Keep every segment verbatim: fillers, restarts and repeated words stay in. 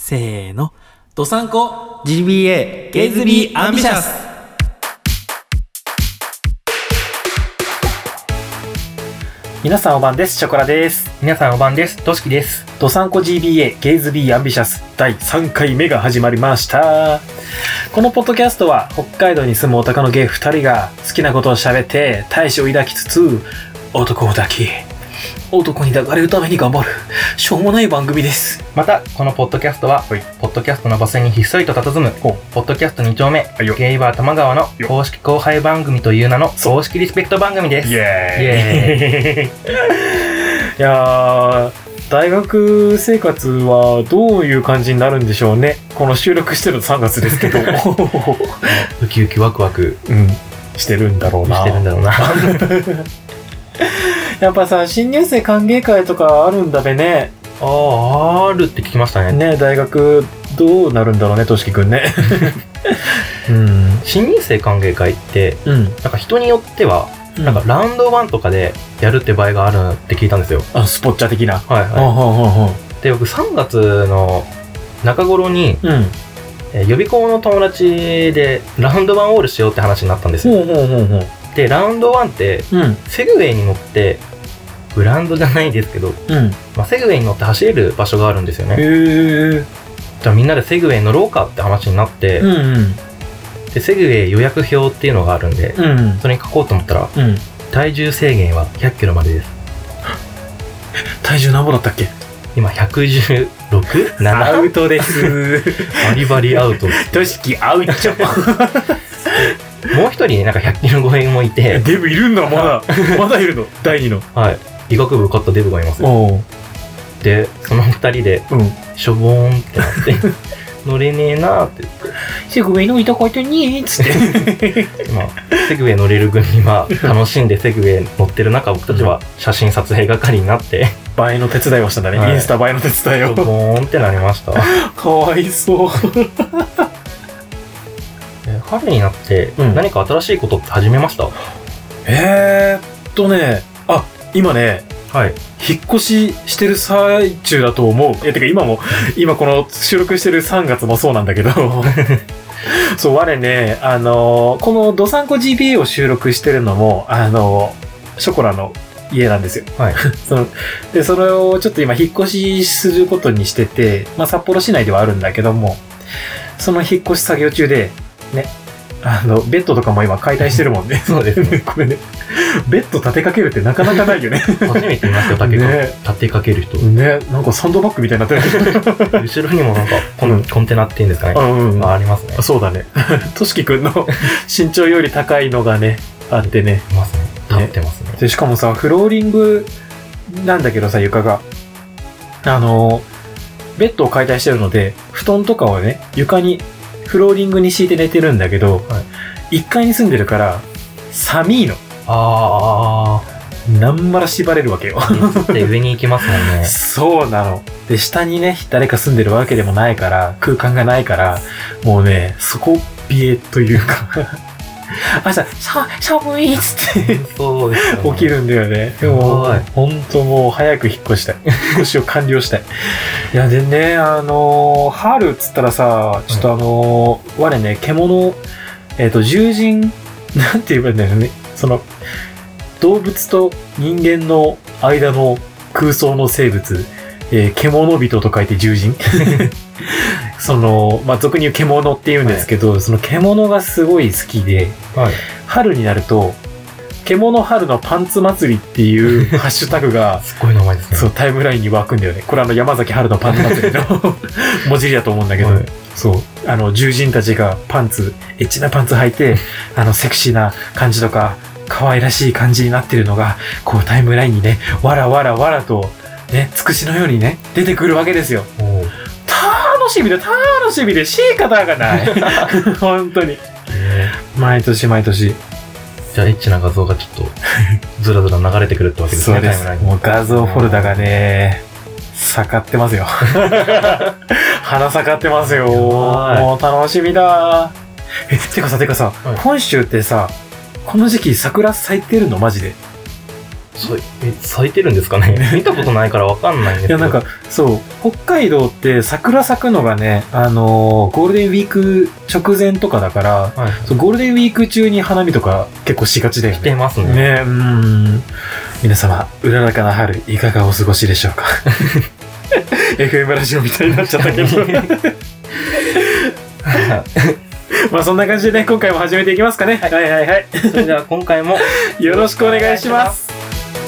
せーの、ドサンコジービーエーゲイズビーアンビシャス。 皆さんおばんです。ショコラです。 皆さんおばんです。としきです。 ドサンコ ジービーエー ゲイズビーアンビシャスだいさんかいめが始まりました。このポッドキャストは北海道に住むオタクのゲイふたりが好きなことを喋って大志を抱きつつ男を抱き男に抱かれるために頑張るしょうもない番組です。 またこのポッドキャストはポッドキャストの場所にひっそりと佇むポッドキャストに丁目ゲイバー玉川の公式後輩番組という名の公式リスペクト番組です。 イエーイいやー大学生活はどういう感じになるんでしょうね。この収録してるのさんがつですけどウキウキワクワク、 うん、してるんだろうなしてるんだろうなやっぱさ新入生歓迎会とかあるんだべね。 あああるって聞きましたね。 ね大学どうなるんだろうねとしきくんねうん、新入生歓迎会って、うん、なんか人によってはなんかラウンドワンとかでやるって場合があるって聞いたんですよ。 あ、スポッチャ的な。 はいはい。で、僕さんがつの中頃に、うん、え予備校の友達でラウンドワンオールしようって話になったんですよ。ほうほうほうほう。で、ラウンドワンって、うん、セグウェイに乗って、グラウンドじゃないですけど、うんまあ、セグウェイに乗って走れる場所があるんですよね。へー。じゃあみんなでセグウェイ乗ろうかって話になって、うんうんでセグウェイ予約表っていうのがあるんで、うんうん、それに書こうと思ったら、うん、体重制限はひゃっキロまでです。 体重何ぼだったっけ？ 今ひゃくじゅうろく？ななアウトですバリバリアウトとしきアウトもう一人なんかひゃっキロ超えもいてデブいるんだまだまだいるのだいにのはい医学部受かったデブがいますよ。でそのふたりで、うん、しょぼーんってなって乗れねえなーって言ってセグウェイ乗りたかったねーっつってまあセグウェイ乗れる組は楽しんでセグウェイ乗ってる中僕たちは写真撮影係になって映えの手伝いをしたんだね、はい、インスタ映えの手伝いをボーンってなりましたかわいそう春になって何か新しいことって始めました？うん、 えーっとねあ今ねはい、引っ越ししてる最中だと思う。いやてか今も今この収録してるさんがつもそうなんだけどそう我ねあのこのドサンコ ジービーエー を収録してるのもあのショコラの家なんですよ。はい、そのでそれをちょっと今引っ越しすることにしてて、まあ札幌市内ではあるんだけども、その引っ越し作業中でね。あのベッドとかも今解体してるもんね。 そうですね。 これね、ベッド立てかけるってなかなかないよね。 初めて見ましたよ、立てか、ね、立てかける人。 ね、なんかサンドバッグみたいになってる。 後ろにもなんかコン、うん、コンテナっていうんですかね。うんうん、あ、ありますね。 そうだね。としきくんの身長より高いのがねあってね。 いますね。立ってますね。 でしかもさフローリングなんだけどさ床があのベッドを解体してるので布団とかをね床にフローリングに敷いて寝てるんだけど、はい、いっかいに住んでるから寒いの。あーなんまら縛れるわけよで上に行きますもんねそうなの。で下にね誰か住んでるわけでもないから空間がないからもうね底冷えというか朝さ寒いっつってそうですよ、ね、起きるんだよね。でもほんともう早く引っ越したい引っ越しを完了したいいやでねあのー、春っつったらさちょっとあのー、我ね獣えっ、ー、と獣人なんて言えばいいんだよね。その動物と人間の間の空想の生物、えー、獣人と書いて獣人そのまあ俗に言う獣って言うんですけど、はい、その獣がすごい好きで、はい、春になると獣春のパンツ祭りっていうハッシュタグがすごい名前ですね。 そうタイムラインに湧くんだよね。これあの山崎春のパンツ祭りの文字りだと思うんだけど、はい、そうあの獣人たちがパンツエッチなパンツ履いてあのセクシーな感じとか可愛らしい感じになってるのがこうタイムラインにねわらわらわらとねつくしのようにね出てくるわけですよ。楽しみで楽しみで仕方がない本当に、えー、毎年毎年じゃあエッチな画像がちょっとずらずら流れてくるってわけですね。 そうです。もう画像フォルダがね盛ってますよ花盛ってますよ。もう楽しみだ。えてかさてかさ、はい、本州ってさこの時期桜咲いてるのマジで？ そえ咲いてるんですかね見たことないからわかんないんですけど。 いや、なんか、そう、北海道って桜咲くのがね、あのーゴールデンウィーク直前とかだから、 はい、 そうゴールデンウィーク中に花見とか結構しがちだよね。 してますね。 ね、うん。皆様、うららかな春、いかがお過ごしでしょうか。エフエム ラジオみたいになっちゃったけど。まあそんな感じでね、今回も始めていきますかね。はい、はいはいはいそれでは今回もよろしくお願いします。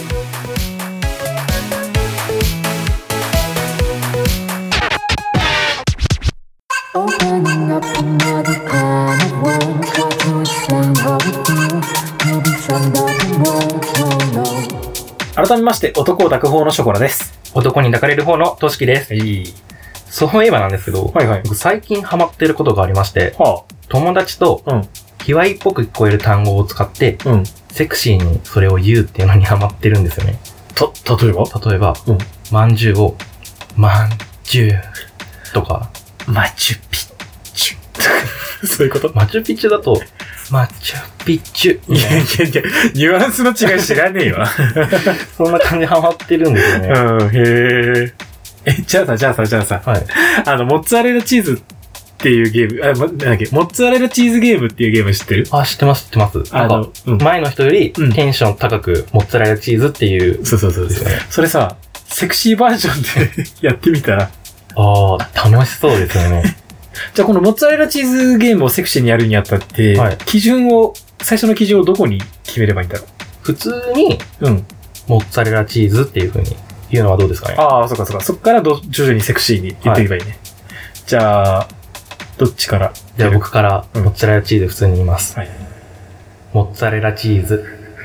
Opening up another kind of world, try to explain how it feels to be summed up in words, no, no. 改めまして、男を抱く方のショコラです。 男に抱かれる方のとしきです。 はい。 そういえばなんですけど、 はいはい。 僕最近ハマってることがありまして、 はあ、 友達と、 うん。 卑猥っぽく聞こえる単語を使って、 うん。 セクシーにそれを言うっていうのにハマってるんですよね。 た、例えば例えば、 うん。 まんじゅうを、まんじゅうとか、 マチュピッチュ。そういうこと？ マチュピチュだと、マチュピチュ。 いやいやいや、ニュアンスの違い知らねえわ。 そんな感じでハマってるんですよね。 うん、へえ。え、じゃあさ、じゃあさ、じゃあさ、 はい。 あの、モッツァレラチーズっていうゲーム、あ、ま、なんだっけ、モッツァレラチーズゲームっていうゲーム知ってる？ あ、知ってます、知ってます。 あの、うん。 前の人よりうんテンション高くモッツァレラチーズっていう。 そうそうそうですよね。それさ、セクシーバージョンでやってみたら。 ああ、楽しそうですよね。 じゃあこのモッツァレラチーズゲームをセクシーにやるにあたって、はい、基準を、最初の基準をどこに決めればいいんだろう？ 普通に、 うん。モッツァレラチーズっていう風に言うのはどうですかね？ ああ、そっかそっか。そっからど徐々にセクシーに言っていけばいいね。はい、じゃあ、どっちから？ じゃあ僕から、モッツァレラチーズ普通に言います。 はい。 モッツァレラチーズ。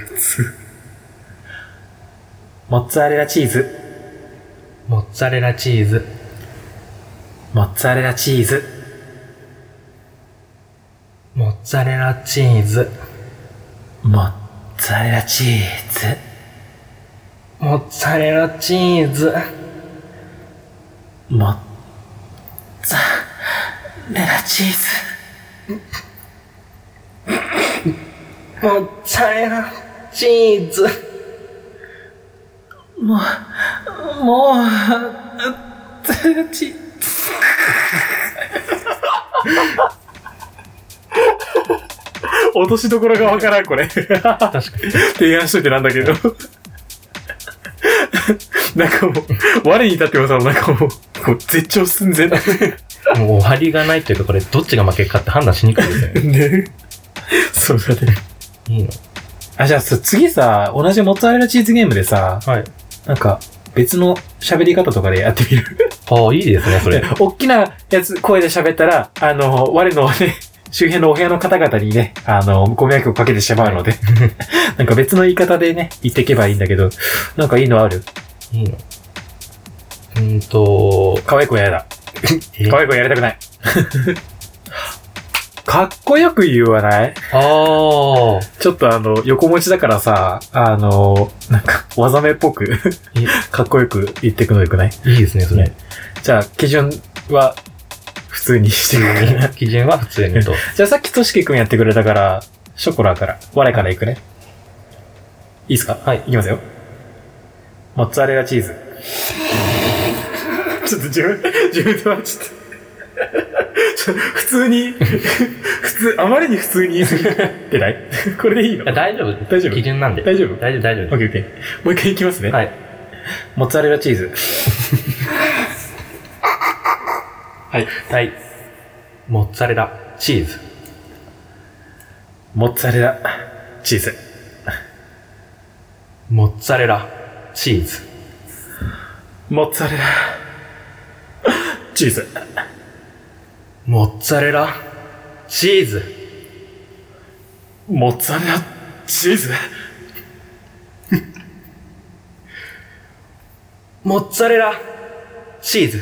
モッツァレラチーズ。 モッツァレラチーズ。 モッツァレラチーズ。 モッツァレラチーズ。 モッツァレラチーズ。 モッツァレラチーズ。 モッツァレラチーズ。 モッツァレラチーズ。 もう、もう、モッツァレラチーズ。落としどころがわからん、これ。確かに。提案しといてなんだけど。なんかもう、我に至ってはさ、なんかもう、もう絶頂寸前だ。 もう終わりがないというか、これどっちが負けかって判断しにくいですよね。 ね。そうだね。 いいの？ あ、じゃあ次さ、同じモッツァレラチーズゲームでさ、 はい。 なんか、別の喋り方とかでやってみる？ ああ、いいですね、それ。 大きなやつ、声で喋ったら、あの、我のね、周辺のお部屋の方々にね、あの、ご迷惑をかけてしまうので、なんか別の言い方でね、言っていけばいいんだけど、なんかいいのある？ いいの？うーんと、 可愛い子やだ。可愛い子やりたくない。かっこよく言わない？ ああ。 ちょっとあの、横持ちだからさ、あの、なんか、技名っぽく、かっこよく言っていくのよくない？ いいですね、それ。 じゃあ、基準は、普通にしてくれ。 基準は普通にと。 じゃあさっきとしきくんやってくれたから、ショコラから、我からいくね。いいっすか？ はい。 いきますよ。モッツァレラチーズ。ちょっと自分、自分ではちょっと。普通に、普通、あまりに普通に言い過ぎてない？これでいいの？ 大丈夫。 大丈夫。 基準なんで。 大丈夫？ 大丈夫、大丈夫。 オッケーオッケー。もう一回いきますね。 はい。 モッツァレラチーズ。はい。 はい。モッツァレラチーズ。 モッツァレラチーズ。 モッツァレラチーズ。 モッツァレラチーズ。 モッツァレラチーズ。 モッツァレラチーズ。 モッツァレラチーズ。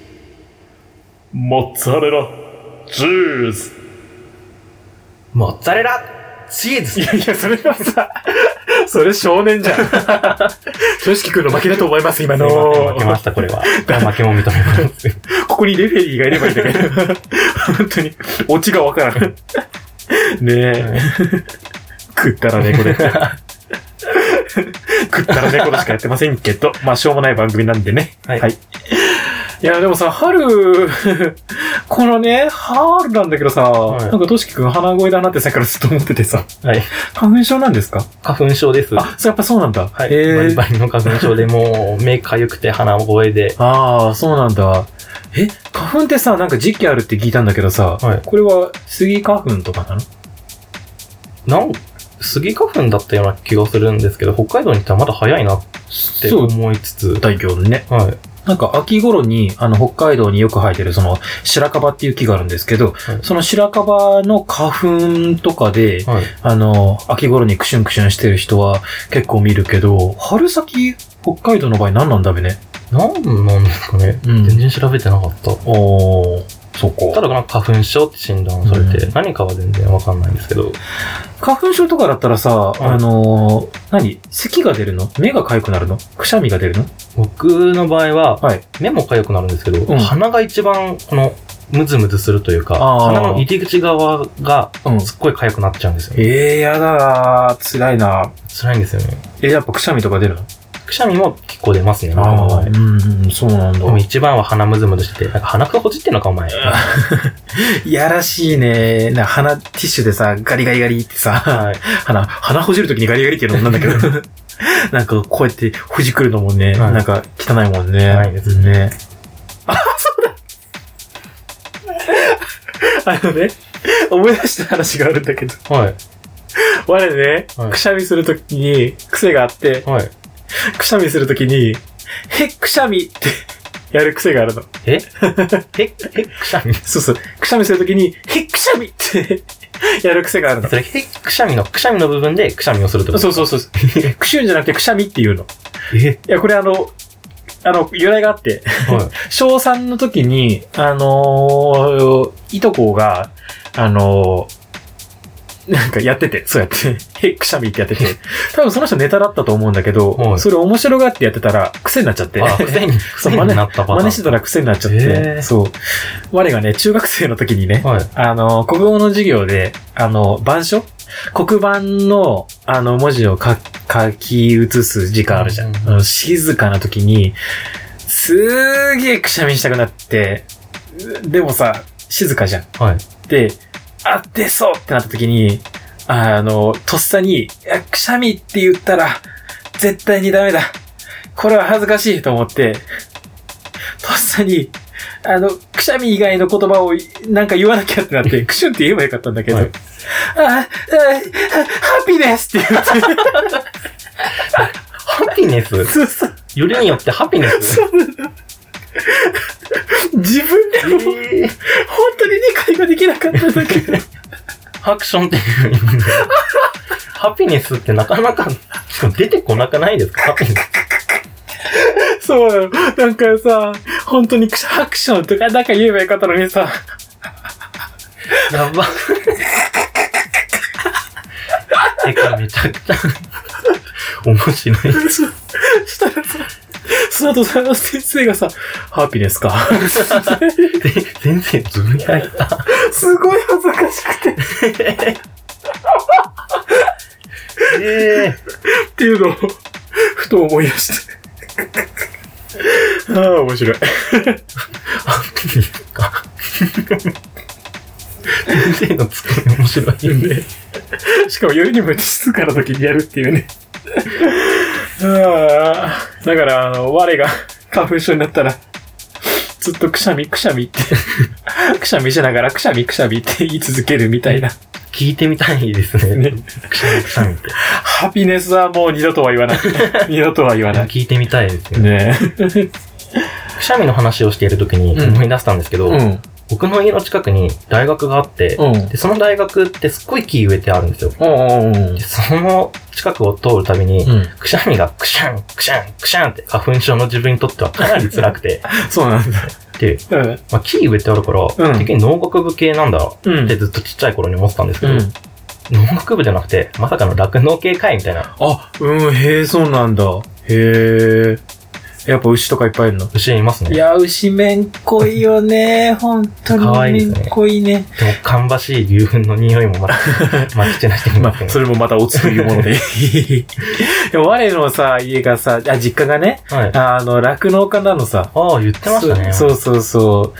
モッツァレラチーズ。 モッツァレラチーズ。 いやいや、それはさ、それ少年じゃん。しょしきくんの負けだと思います、今の。 負けました、これは。負けも認めます。 ここにレフェリーがいればいいんだけど。本当に、オチがわからん。ねえ。食ったらね、これ。 食ったらね、ことしかやってませんけど、まあ、しょうもない番組なんでね。 はい。 はい。いや、でもさ、春、このね、春なんだけどさ、はい、なんか、としきくん鼻声だなってさっきからずっと思っててさ。 はい。 花粉症なんですか？ 花粉症です。 あ、そう、やっぱそうなんだ。 はい。バリバリの花粉症でもう、目かゆくて鼻声で。 ああ、そうなんだ。え、花粉ってさ、なんか時期あるって聞いたんだけどさ、はい、これはスギ花粉とかなの？ なん、スギ花粉だったような気がするんですけど、北海道に行ったらまだ早いなって思いつつ。 だけどね。 はい。 なんか秋頃に、あの、北海道によく生えてるその白樺っていう木があるんですけど、はい、その白樺の花粉とかで、はい、あの、秋頃にクシュンクシュンしてる人は結構見るけど、春先、北海道の場合何なんだべね。 なんなんですかね、うん、全然調べてなかった。 おー、そこ。 ただなんか花粉症って診断されて、うん、何かは全然わかんないんですけど。 花粉症とかだったらさ、はい、あのー、何？咳が出るの？目が痒くなるの？くしゃみが出るの？ 僕の場合は、はい、目も痒くなるんですけど、うん、鼻が一番このムズムズするというか、鼻の入り口側がすっごい痒くなっちゃうんですよ、ね。 うん、えー、やだー。辛いな。 辛いんですよね。 えー、やっぱくしゃみとか出るの？ くしゃみも結構出ますね。 ああ、うん、そうなんだ。でも一番は鼻ムズムズしてて、なんか鼻くほじってんのかお前。 いやらしいね。な鼻ティッシュでさ、ガリガリガリってさ、はい、鼻、鼻ほじるときにガリガリっていうのもなんだけど、なんかこうやってほじくるのもね、はい、なんか汚いもんね。 汚いですね。 あ、そうだあのね、思い出した話があるんだけど、はい。我ね、はい、くしゃみするときに癖があって、はい。くしゃみするときに、へっくしゃみってやる癖があるの。 えへへっくしゃみそうそう。くしゃみするときに、へっくしゃみってやる癖があるの。 それ、へっくしゃみの、くしゃみの部分でくしゃみをするってこと？ そうそうそう。くしゅんじゃなくてくしゃみって言うの。 えいや、これあの、あの、由来があって、はい、小さんの時に、あのー、いとこが、あのー、なんかやってて、そうやって、へっくしゃみってやってて、多分その人ネタだったと思うんだけど、はい、それ面白がってやってたら癖になっちゃって、 あ、癖に、癖になったパターン。 真似してたら癖になっちゃって、そう。我がね、中学生の時にね、はい、あの、国語の授業で、あの、板書黒板の、あの、文字を書き写す時間あるじゃん。うんうん、あの静かな時に、すーげーくしゃみしたくなって、でもさ、静かじゃん。はい。で、あ、出そうってなった時に、あの、とっさに、くしゃみって言ったら、絶対にダメだ。これは恥ずかしいと思って、とっさに、あの、くしゃみ以外の言葉をなんか言わなきゃってなって、くしゅんって言えばよかったんだけど、はい、あ、あ、ハピネスって言って。 ハピネス？そうそう。よりによってハピネス？そう自分でも、えー、本当に理解ができなかったんだけど。 ハクションっていう意味で。ハピネスってなかなか出てこなくないですか？ハピネス。そうなの。なんかさ、本当にハクションとかなんか言えばよかったのにさ。 やば。てかめちゃくちゃ面白い。 したらさ、その後さ、先生がさ、ハピネスか。 先生、つぶやいた。 すごい恥ずかしくて。 えー、 っていうのを、ふと思い出して。ああ、面白い。 ハピネスか。先生のツッコミ面白いよね。 しかもよりにも静かな時にやるっていうね。ああ、だからあの我が花粉症になったらずっとくしゃみくしゃみってくしゃみしながらくしゃみくしゃみって言い続けるみたいな。 聞いてみたいですね。ね、くしゃみくしゃみって。 ハピネスはもう二度とは言わない。二度とは言わない。 聞いてみたいですよね。ねくしゃみの話をしているときに思い出したんですけど、うんうん、僕の家の近くに大学があって、うん、でその大学ってすっごい木植えてあるんですよ。うんうんうん、でその近くを通るたびに、うん、くしゃみがクシャン、クシャン、クシャンって花粉症の自分にとってはかなり辛くて。 そうなんだ。 で、うん、まあ、木植えてあるから、うん、結局農学部系なんだってずっとちっちゃい頃に思ってたんですけど、うん、農学部じゃなくて、まさかの酪農系かいみたいな。 あ、うん、へえ、そうなんだ。へえ。 やっぱ牛とかいっぱいいるの？ 牛いますね。 いや、牛めんこいよね。本当に。 可愛いですねめんこいね。 でも、芳しい牛糞の匂いもまた、まき散らしてみますね。 まあ、それもまたオツというもので。でも我のさ、家がさ、あ、実家がね、 はい。 あの、酪農家なのさ。 ああ、言ってましたね。 そうそうそう。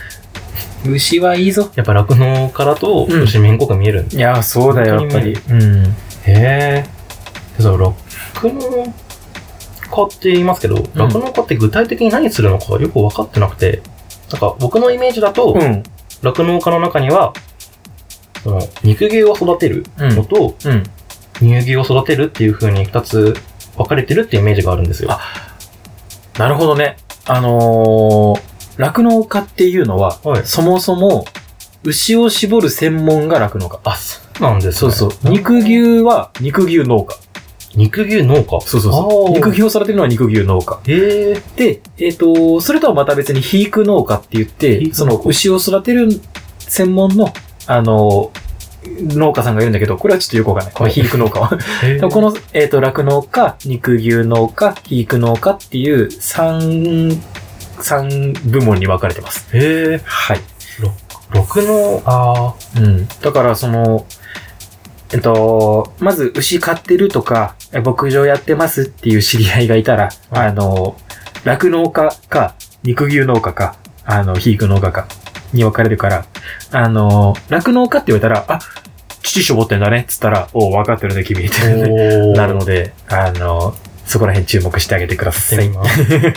牛はいいぞ。 やっぱ酪農家だと、 うん牛めんこく見えるんで。 いや、そうだよ、やっぱり。うん。 へえ。そう、酪農家って言いますけど、酪農家って具体的に何するのかよく分かってなくて、なんか僕のイメージだと、 うん。 酪農家の中には、その肉牛を育てるのと、 うん。 乳牛を育てるっていう風に二つ分かれてるっていうイメージがあるんですよ。 あなるほどね。あのー、酪農家っていうのは、 はいそもそも、牛を絞る専門が酪農家。 あ、そうなんですね。 そうそう。肉牛は肉牛農家。 肉牛農家。 そうそうそう。 あー肉牛を育てるのは肉牛農家。 へえ。 で、えっ、と、それとはまた別に肥育農家って言って、 肥育農家その牛を育てる専門の、あの、農家さんがいるんだけど、これはちょっとよくわかんない。この肥育農家は。 へーこの、えっ、と、酪農家、肉牛農家、肥育農家っていう三、三部門に分かれてます。 へえ。 はい。 酪農、あうん。だから、その、えっと、まず牛飼ってるとか、え牧場やってますっていう知り合いがいたら、 はいあの、酪農家か、肉牛農家か、あの、肥育農家か、に分かれるから、あの、酪農家って言われたら、あ、乳絞ってんだねっつったら、おう分かってるね、君ってー。おーなるので、あの、そこら辺注目してあげてください。 今。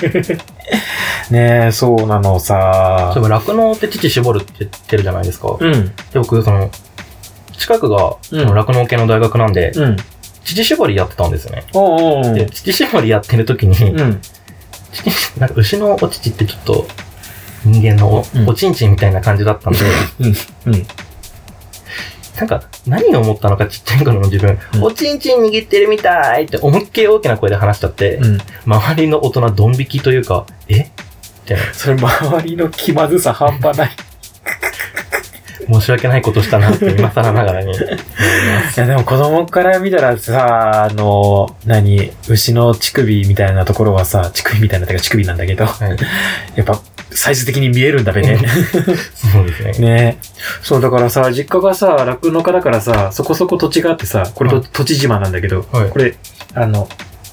ねえ、そうなのさそういえば酪農って乳絞るって言ってるじゃないですか。 うん、 で、僕、その、近くが、その酪農系の大学なんで、 うん。 乳絞りやってたんですよね。 おうおうおうで、乳絞りやってる時に、 うん。 乳なんか牛のお乳ってちょっと、人間のお,、 うんおちんちんみたいな感じだったんで、 うん。うん。 なんか、何を思ったのかちっちゃい頃の自分、 うんおちんちん握ってるみたいって思いっきり大きな声で話しちゃって、 うん。 周りの大人ドン引きというか、えってそれ周りの気まずさ半端ない。 申し訳ないことしたなって今更ながらに思います。 いやでも子供から見たらさ、あの、何、牛の乳首みたいなところはさ、乳首みたいなとか乳首なんだけど、 はい、 やっぱサイズ的に見えるんだべね。 そうですね。 ねそうだからさ、実家がさ、酪農家だからさ、そこそこ土地があってさ、これと、 はい土地自慢なんだけど、 はいこれ、あの、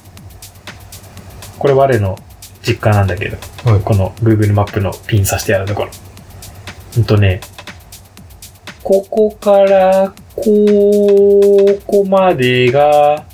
これ我の実家なんだけど、 はいこの Google マップのピンさしてあるところ。うんとね、ここから、ここまでが、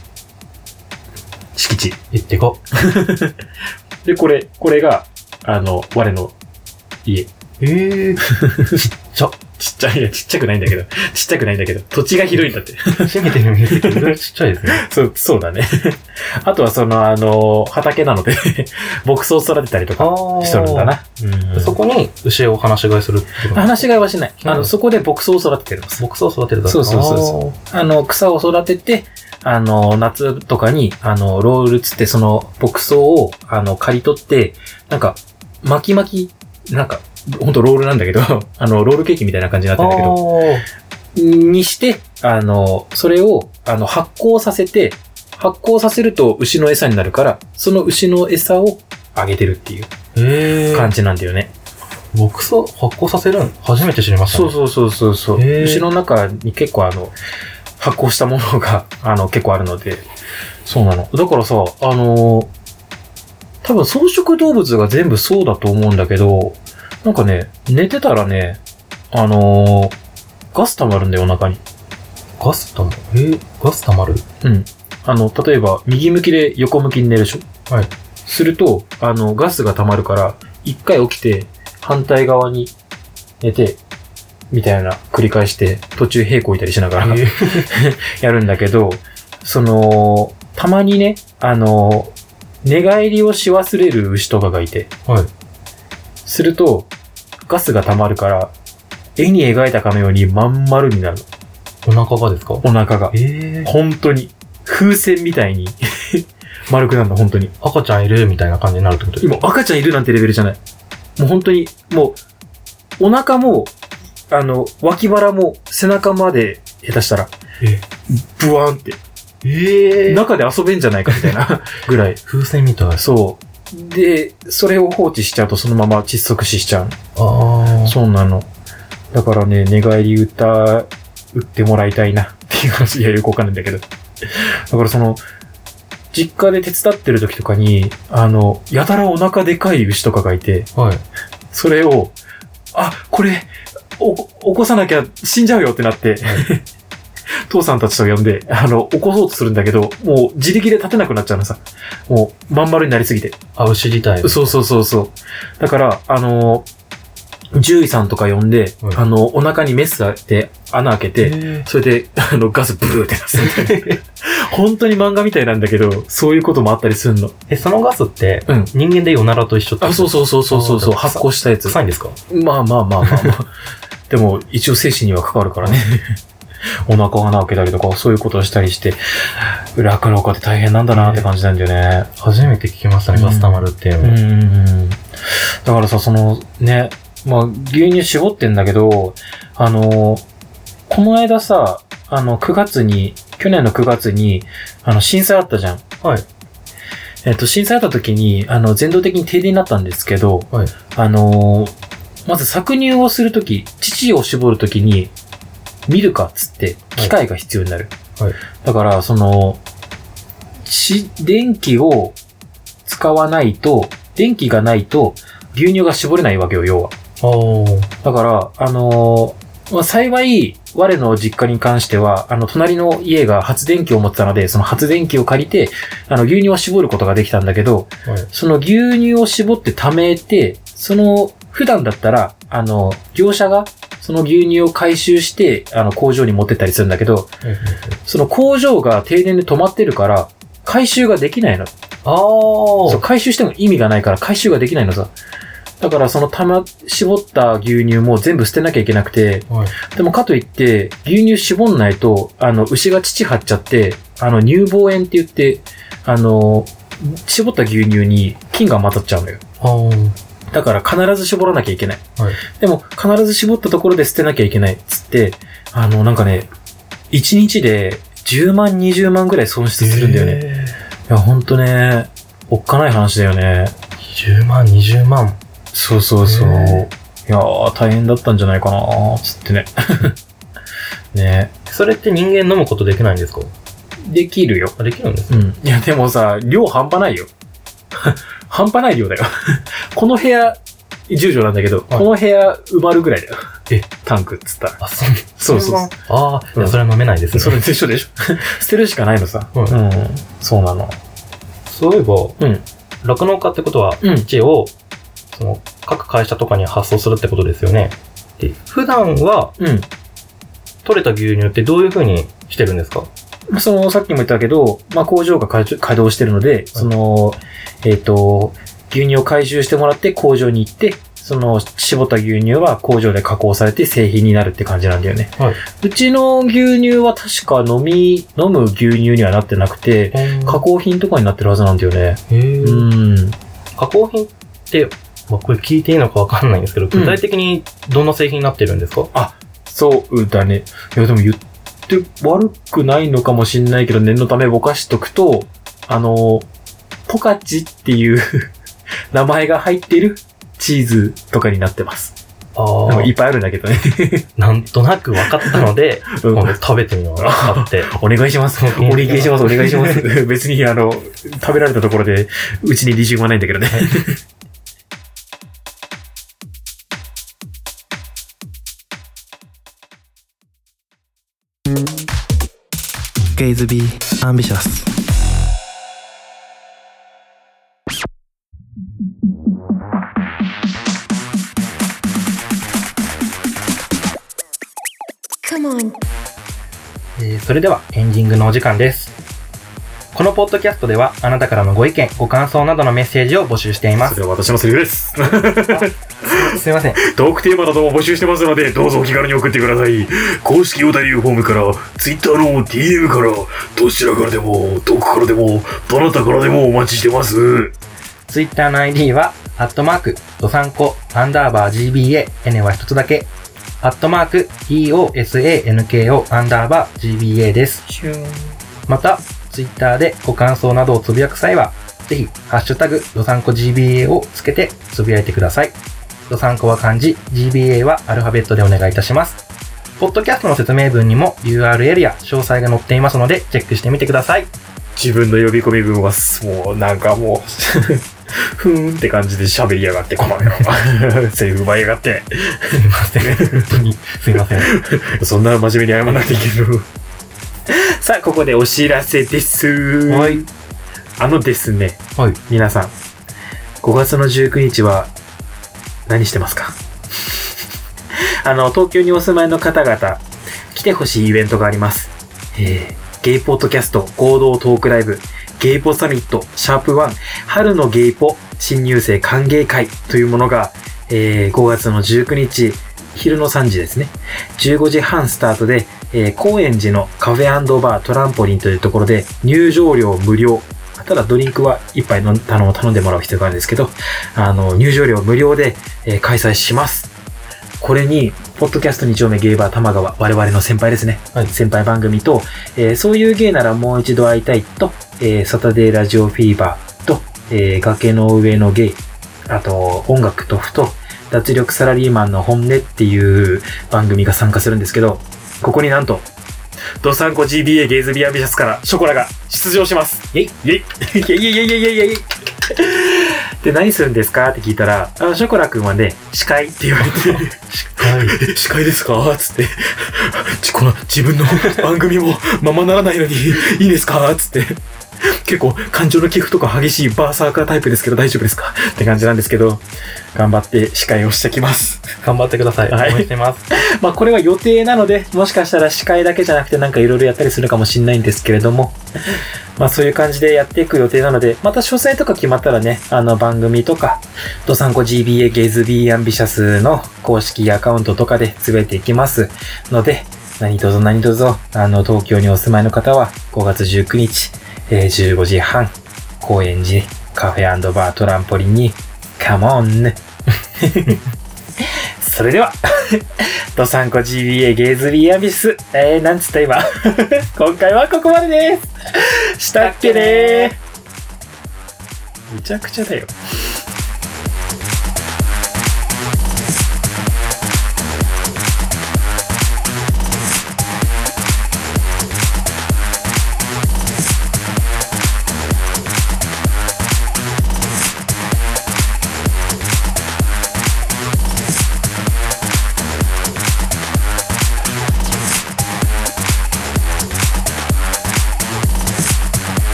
敷地。 え、でかっ。 で、これ、これが、あの、我の家。 えー、ちっちゃ。 ちっちゃい、いや、ちっちゃくないんだけど、ちっちゃくないんだけど、土地が広いんだって。 閉めてる面積意外とちっちゃいですね。 そう、そうだね。あとはその、あの、畑なので、牧草を育てたりとかあしとるんだな。うんそこに牛を放し飼いするってことなんです話し飼いはしない。あの、 うんそこで牧草を育ててるんです。 か。牧草を育てるだけそうそうそうそうあの、草を育てて、あの、夏とかに、あの、ロールつって、その、牧草を、あの、刈り取って、なんか、巻き巻き、なんか、ほんとロールなんだけど、あの、ロールケーキみたいな感じになってるんだけど、にして、あの、それを、あの、発酵させて、発酵させると牛の餌になるから、その牛の餌をあげてるっていうへー。 感じなんだよね。 牧草発酵させるん初めて知りましたね。 そうそうそうそうそう。 へー牛の中に結構あの、発酵したものが、あの、結構あるので、そうなの。だからさ、あの、多分草食動物が全部そうだと思うんだけど、なんかね、寝てたらね、あのガス溜まるんだよ、お腹に。 ガス溜まるえー、ガス溜まるうん。あの、例えば、右向きで横向きに寝るでしょ。 はい。 すると、あの、ガスが溜まるから、一回起きて、反対側に寝て、みたいな繰り返して、途中平行いたりしながら、 えやるんだけど、その、たまにね、あの、寝返りをし忘れる牛とかがいて、 はい。 すると、ガスが溜まるから、絵に描いたかのようにまん丸になるの。 お腹がですかお腹が。 えー、 本当に。風船みたいに丸くなるの、本当に。 赤ちゃんいるみたいな感じになるってことですか今、赤ちゃんいるなんてレベルじゃない。もう本当に、もう、お腹も、あの、脇腹も背中まで、下手したら、 えブワーンって、 えー、 中で遊べんじゃないかみたいなぐらい。 風船みたい。 そう。 で、それを放置しちゃうとそのまま窒息死しちゃうああ。 そうなの。だからね、寝返り歌、打ってもらいたいなっていう話、いや、よくわかんないんだけど。だからその、実家で手伝ってる時とかに、あの、やたらお腹でかい牛とかがいて、 はい。 それを、あ、これ、お、起こさなきゃ死んじゃうよってなって、はい、父さんたちと呼んで、あの、起こそうとするんだけど、もう自力で立てなくなっちゃうのさ。もう、まん丸になりすぎて。 あ、牛自体。 そうそうそうそう。だから、あの、獣医さんとか呼んで、はい、あの、お腹にメスで穴開けて、それで、あの、ガスブルーって出すみたいな。本当に漫画みたいなんだけど、そういうこともあったりするの。 え、そのガスって、うん、人間でいうおならと一緒ってこと？ あ、そうそうそうそうそう、発酵したやつ。 臭いんですか？ まあまあまあまあまあ。でも、一応精神には関わるからね。お腹が穴開けたりとか、そういうことをしたりして、酪農家って大変なんだなって感じなんだよね。 初めて聞きましたね、ガス溜まるっていうの。 うん。うん。だからさ、その、ね、まあ、牛乳絞ってんだけど、あの、この間さ、あの、くがつに、去年のくがつに、あの、震災あったじゃん。 はい。 えっと、震災あった時に、あの、全土的に停電になったんですけど、 はい。 あの、まず搾乳をするとき、乳を絞るときに、ミルカっつって、機械が必要になる。 はい。 だから、その、し、電気を使わないと、電気がないと、牛乳が絞れないわけよ、要は。だから、あのー、まあ、幸い、我の実家に関しては、あの、隣の家が発電機を持ってたので、その発電機を借りて、あの、牛乳を絞ることができたんだけど、はい、その牛乳を絞って溜めて、その、普段だったら、あの、業者が、その牛乳を回収して、あの、工場に持ってったりするんだけど、その工場が停電で止まってるから、回収ができないの。 ああ。 そう、回収しても意味がないから回収ができないのさ。だからそのたま、絞った牛乳も全部捨てなきゃいけなくて、はい、でもかといって、牛乳絞んないと、あの、牛が乳張っちゃって、あの、乳房炎って言って、あの、絞った牛乳に菌が混ざっちゃうのよ。だから必ず絞らなきゃいけない。はい、でも必ず絞ったところで捨てなきゃいけないっつって、あの、なんかね、いちにちでじゅうまん、にじゅうまんぐらい損失するんだよね。いや、ほんとね、おっかない話だよね。 じゅうまん、にじゅうまん。 そうそうそう。いやー、大変だったんじゃないかなー、つってね。ね。 それって人間飲むことできないんですか？ できるよ。 できるんですか？うん。いや、でもさ、量半端ないよ。半端ない量だよ。この部屋、じゅうじょうなんだけど、はい、この部屋埋まるぐらいだよ。 え、 タンクっつったら。 あ、そう。 そうそう。 ああ、いや、それは飲めないですね。 それでしょでしょ。捨てるしかないのさ。うん。うん、そうなの。 そういえば、うん。酪農家ってことは、うん、乳を、その、各会社とかに発送するってことですよね。で、普段は、うん。取れた牛乳ってどういう風にしてるんですか？ その、さっきも言ったけど、まあ、工場が稼働してるので、はい、その、えっと、牛乳を回収してもらって工場に行って、その、絞った牛乳は工場で加工されて製品になるって感じなんだよね。はい、うちの牛乳は確か飲み、飲む牛乳にはなってなくて、加工品とかになってるはずなんだよね。 へー。うん。加工品って、まあ、これ聞いていいのかわかんないんですけど、具体的にどんな製品になってるんですか？うん、 あ、そうだね。いや、でも言って悪くないのかもしんないけど、念のためぼかしとくと、あの、ポカチっていう名前が入ってるチーズとかになってます。ああ。いっぱいあるんだけどね。 なんとなく分かったので、うん、食べてみようなって。 お願いします。お願いします。お願いします。別にあの、食べられたところで、うちに利潤はないんだけどね。 ゲイズビーアンビシャス。 えー、それではエンディングのお時間です。このポッドキャストではあなたからのご意見、ご感想などのメッセージを募集しています。 それは私のセリフです。 すいません。 トークテーマなども募集してますので、どうぞお気軽に送ってください。公式お便りフォームから、Twitter の ディーエム から、どちらからでも、どこからでも、どなたからでもお待ちしてます。 Twitter の アイディー は、アットマーク、ドサンコ、アンダーバー ジービーエー、N は一つだけ、アットマーク、ディーオーエスエーエヌケーオー、アンダーバー ジービーエー です。また、Twitter でご感想などをつぶやく際は、 ぜひ、ハッシュタグ、どさんこ ジービーエー をつけてつぶやいてください。どさんこは漢字、ジービーエー はアルファベットでお願いいたします。ポッドキャストの説明文にも ユーアールエル や詳細が載っていますので、チェックしてみてください。 自分の呼び込み文は、もうなんかもう、ふーんって感じで喋りやがって、この野郎。セリフ奪いやがって。 すいません。本当に、すいません。 そんな真面目に謝らなきゃいけない。さあ、ここでお知らせです。 はい。 あのですね、 はい。 皆さん、ごがつのじゅうくにちは何してますか？あの、東京にお住まいの方々、来てほしいイベントがあります。えー、ゲイポッドキャスト合同トークライブ、ゲイポサミットシャープワン春のゲイポ新入生歓迎会というものが、えー、ごがつのじゅうくにち昼のさんじですね。じゅうごじはんスタートで、えー、高円寺のカフェ&バートランポリンというところで入場料無料。ただドリンクは一杯の頼頼んでもらう必要があるんですけど、あの、入場料無料で、えー、開催します。これに、ポッドキャストに丁目ゲイバー玉川、我々の先輩ですね。はい、先輩番組と、えー、そういうゲイならもう一度会いたいと、えー、サタデーラジオフィーバーと、えー、崖の上のゲイ、あと、音楽とふと、脱力サラリーマンの本音っていう番組が参加するんですけど、ここになんと、ドサンコ ジービーエー ゲイズビーアンビシャスからショコラが出場します。イェイイェイイェイイェイイェイイェイイェイイェイで、何するんですかって聞いたら、あ、ショコラくんはね、司会って言われて、司会司会ですかつって、ちこの自分の番組もままならないのにいいですかつって、結構感情の起伏とか激しいバーサーカータイプですけど大丈夫ですかって感じなんですけど、頑張って司会をしてきます。 頑張ってください。 はい、 応援してます。 まあこれは予定なので、もしかしたら司会だけじゃなくてなんかいろいろやったりするかもしれないんですけれども、まあそういう感じでやっていく予定なので、また詳細とか決まったらね、あの番組とか、ドサンコ ジービーエー ゲイズビーアンビシャスの公式アカウントとかでつぶやいていきますので、何卒何卒、あの東京にお住まいの方はごがつじゅうくにち、えー、じゅうごじはん、高円寺カフェ&バートランポリンにカモンそれではドサンコ ジービーエー ゲイズビーアンビシャス、えー、なんつった今今回はここまでです。したっけねー。むちゃくちゃだよ。